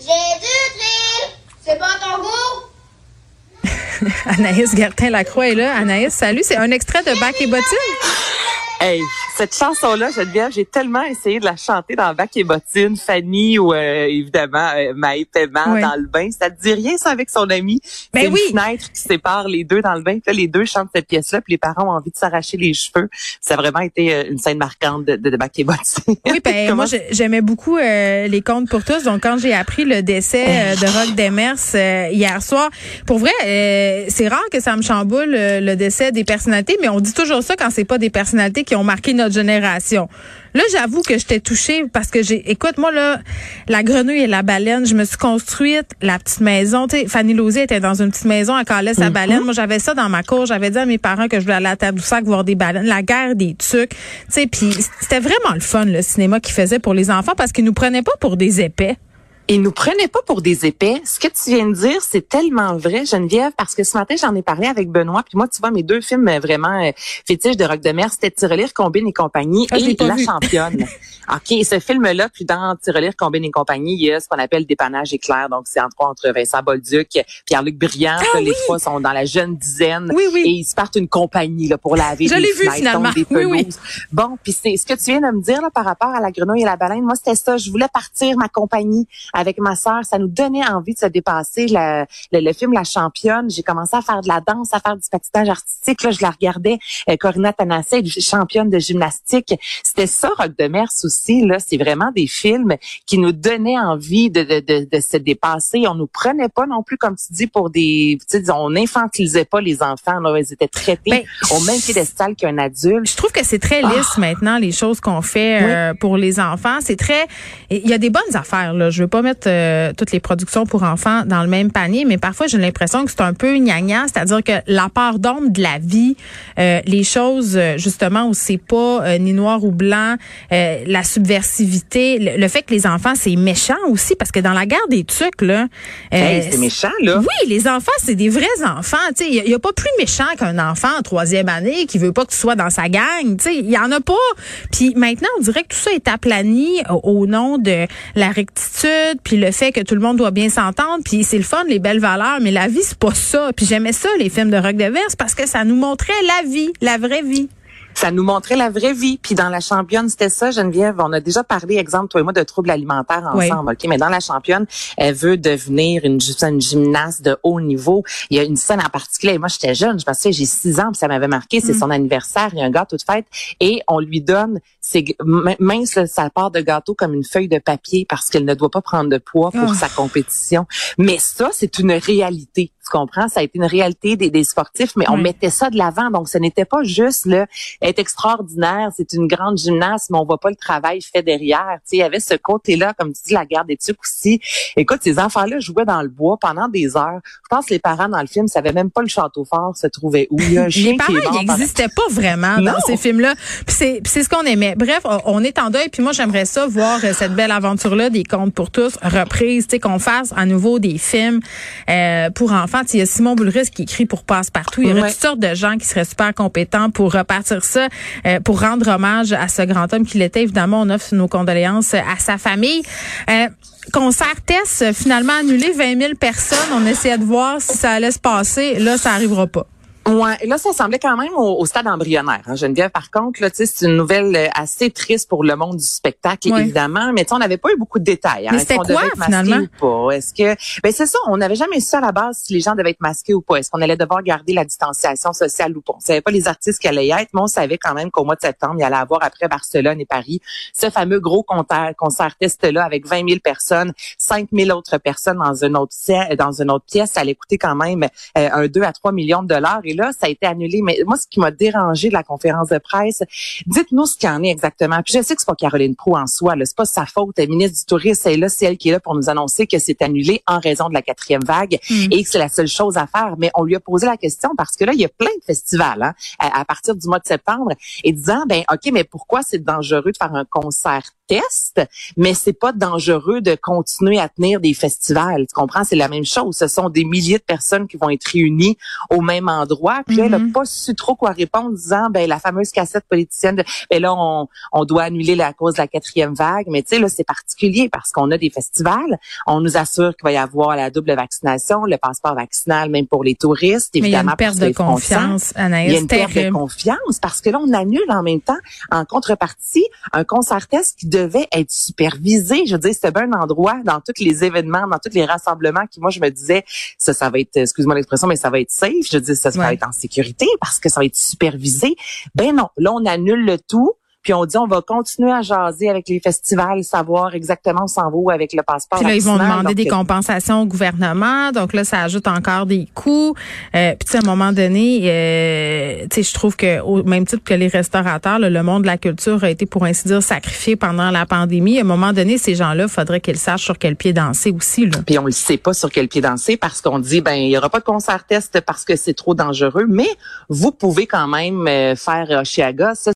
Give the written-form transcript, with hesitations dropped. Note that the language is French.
du thrill. C'est pas ton goût? Anaïs Gertin-Lacroix est là. Anaïs, salut. C'est un extrait de Bac et bottines? Hey, cette chanson-là, Geneviève, j'ai tellement essayé de la chanter dans Bac et bottines, Fanny ou évidemment Maë Paiement dans le bain. Ça te dit rien, ça, avec son ami? Ben c'est oui. Une fenêtre qui sépare les deux dans le bain. Puis là, les deux chantent cette pièce-là, puis les parents ont envie de s'arracher les cheveux. Ça a vraiment été une scène marquante de Bac et bottines. Oui, ben moi, j'aimais beaucoup les contes pour tous. Donc, quand j'ai appris le décès de Roch Demers hier soir, pour vrai, c'est rare que ça me chamboule le décès des personnalités, mais on dit toujours ça quand c'est pas des personnalités qui ont marqué notre génération. Là, j'avoue que j'étais touchée parce que écoute, moi, là, La Grenouille et la Baleine, je me suis construite la petite maison. Tu sais, Fanny Lausier était dans une petite maison, elle calait sa baleine. Moi, j'avais ça dans ma cour. J'avais dit à mes parents que je voulais aller à Tadoussac voir des baleines. La guerre des tucs. Tu sais, puis c'était vraiment le fun, le cinéma qu'ils faisaient pour les enfants parce qu'ils nous prenaient pas pour des épais. Ils nous prenaient pas pour des épais. Ce que tu viens de dire, c'est tellement vrai, Geneviève, parce que ce matin, j'en ai parlé avec Benoît. Puis moi, tu vois, mes deux films vraiment fétiches de Roch Demers, c'était Tirelire, Combine et compagnie et La Championne. OK, et ce film-là, puis dans Tirelire, Combine et compagnie, il y a ce qu'on appelle Dépannage éclair. Donc, c'est entre Vincent Bolduc, Pierre-Luc Briand. Les trois sont dans la jeune dizaine. Oui, oui. Et ils se partent une compagnie là pour laver Je des l'ai vu, fenêtres, finalement. des pelouses. Oui. Bon, puis c'est ce que tu viens de me dire là par rapport à La Grenouille et la Baleine. Moi, c'était ça. Je voulais partir ma compagnie avec ma sœur. Ça nous donnait envie de se dépasser. Le film La Championne, j'ai commencé à faire de la danse, à faire du patinage artistique. Là, je la regardais. Corinna Tanassé, championne de gymnastique. C'était ça, Roch Demers aussi. Là, c'est vraiment des films qui nous donnaient envie de se dépasser. On nous prenait pas non plus, comme tu dis, pour des... Tu sais, on infantilisait pas les enfants. Là, ils étaient traités au même piédestal qu'un adulte. Je trouve que c'est très lisse maintenant, les choses qu'on fait pour les enfants. C'est très... Il y a des bonnes affaires, là. Je veux pas mettre toutes les productions pour enfants dans le même panier, mais parfois j'ai l'impression que c'est un peu gnagna, c'est-à-dire que la part d'ombre de la vie, les choses justement où c'est pas ni noir ou blanc, la subversivité, le fait que les enfants c'est méchant aussi, parce que dans la guerre des tucs là, c'est méchant là. Oui, les enfants c'est des vrais enfants, tu sais, il y a pas plus méchant qu'un enfant en 3e année qui veut pas que tu sois dans sa gang, tu sais, il y en a pas. Puis maintenant on dirait que tout ça est aplani au nom de la rectitude, puis le fait que tout le monde doit bien s'entendre, puis c'est le fun, les belles valeurs, mais la vie, c'est pas ça. Puis j'aimais ça, les films de Roch Demers, parce que ça nous montrait la vie, la vraie vie. Ça nous montrait la vraie vie. Puis dans La Championne, c'était ça, Geneviève. On a déjà parlé, exemple, toi et moi, de troubles alimentaires ensemble. OK? Mais dans La Championne, elle veut devenir une gymnaste de haut niveau. Il y a une scène en particulier. Et moi, j'étais jeune. Je pensais, j'ai 6 ans, puis ça m'avait marqué. C'est son anniversaire. Il y a un gâteau de fête. Et on lui donne, mince, sa part de gâteau comme une feuille de papier parce qu'elle ne doit pas prendre de poids pour sa compétition. Mais ça, c'est une réalité. Tu comprends? Ça a été une réalité des sportifs, mais on mettait ça de l'avant. Donc, ce n'était pas juste là être extraordinaire, c'est une grande gymnaste, mais on voit pas le travail fait derrière. Tu sais, il y avait ce côté-là, comme tu dis, la guerre des tucs aussi. Écoute, ces enfants-là jouaient dans le bois pendant des heures. Je pense que les parents dans le film savaient même pas le château fort se trouvait où. Il y a un chien les parents, ils n'existaient pas vraiment dans ces films-là. Puis c'est ce qu'on aimait. Bref, on est en deuil. Puis moi, j'aimerais ça voir cette belle aventure-là des contes pour tous reprise, tu sais, qu'on fasse à nouveau des films pour enfants. Il y a Simon Boulris qui écrit pour Passe-Partout. Il y aurait toutes sortes de gens qui seraient super compétents pour repartir ça, pour rendre hommage à ce grand homme qu'il était. Évidemment, on offre nos condoléances à sa famille. Concert test, finalement annulé, 20 000 personnes. On essayait de voir si ça allait se passer. Là, ça arrivera pas. Ouais, là ça semblait quand même au stade embryonnaire, hein, Geneviève. Par contre, là, tu sais, c'est une nouvelle assez triste pour le monde du spectacle, évidemment. Mais tu sais, on n'avait pas eu beaucoup de détails. Mais c'était quoi finalement? Ou pas? Est-ce que, ben c'est ça, on n'avait jamais su à la base si les gens devaient être masqués ou pas. Est-ce qu'on allait devoir garder la distanciation sociale ou pas? On savait pas les artistes qui allaient y être, mais on savait quand même qu'au mois de septembre, il y allait avoir après Barcelone et Paris ce fameux gros concert test-là avec 20 000 personnes, 5 000 autres personnes dans une autre pièce. Ça allait coûter quand même 2 à 3 millions de dollars. Et là, ça a été annulé. Mais moi, ce qui m'a dérangé de la conférence de presse, dites-nous ce qu'il y en est exactement. Puis je sais que c'est pas Caroline Proulx en soi, là, c'est pas sa faute. Elle est ministre du Tourisme, c'est elle qui est là pour nous annoncer que c'est annulé en raison de la 4e vague et que c'est la seule chose à faire. Mais on lui a posé la question parce que là, il y a plein de festivals hein, à partir du mois de septembre et disant, ben ok, mais pourquoi c'est dangereux de faire un concert test, mais c'est pas dangereux de continuer à tenir des festivals. Tu comprends? C'est la même chose. Ce sont des milliers de personnes qui vont être réunies au même endroit. endroit. Puis elle a pas su trop quoi répondre, disant, la fameuse cassette politicienne, là, on doit annuler la cause de la 4e vague. Mais tu sais, là, c'est particulier parce qu'on a des festivals. On nous assure qu'il va y avoir la double vaccination, le passeport vaccinal, même pour les touristes. Mais évidemment, il y a une perte de confiance, Anaïs. Il y a une perte de confiance parce que là, on annule en même temps, en contrepartie, un concert test qui devait être supervisé. Je veux dire, c'était bien un endroit dans tous les événements, dans tous les rassemblements qui, moi, je me disais, ça va être, excuse-moi l'expression, mais ça va être safe. Je dis, ça va être en sécurité parce que ça va être supervisé. Ben non, là, on annule le tout. Puis on dit, on va continuer à jaser avec les festivals, savoir exactement où s'en va avec le passeport. Puis là, ils vont vaccinal. demander des compensations au gouvernement. Donc là, ça ajoute encore des coûts. Puis tu sais, à un moment donné, tu sais, je trouve que au même titre que les restaurateurs, là, le monde de la culture a été, pour ainsi dire, sacrifié pendant la pandémie. À un moment donné, ces gens-là, il faudrait qu'ils sachent sur quel pied danser aussi, là. Puis on le sait pas sur quel pied danser parce qu'on dit, il y aura pas de concert test parce que c'est trop dangereux. Mais vous pouvez quand même faire Oshéaga. Ça,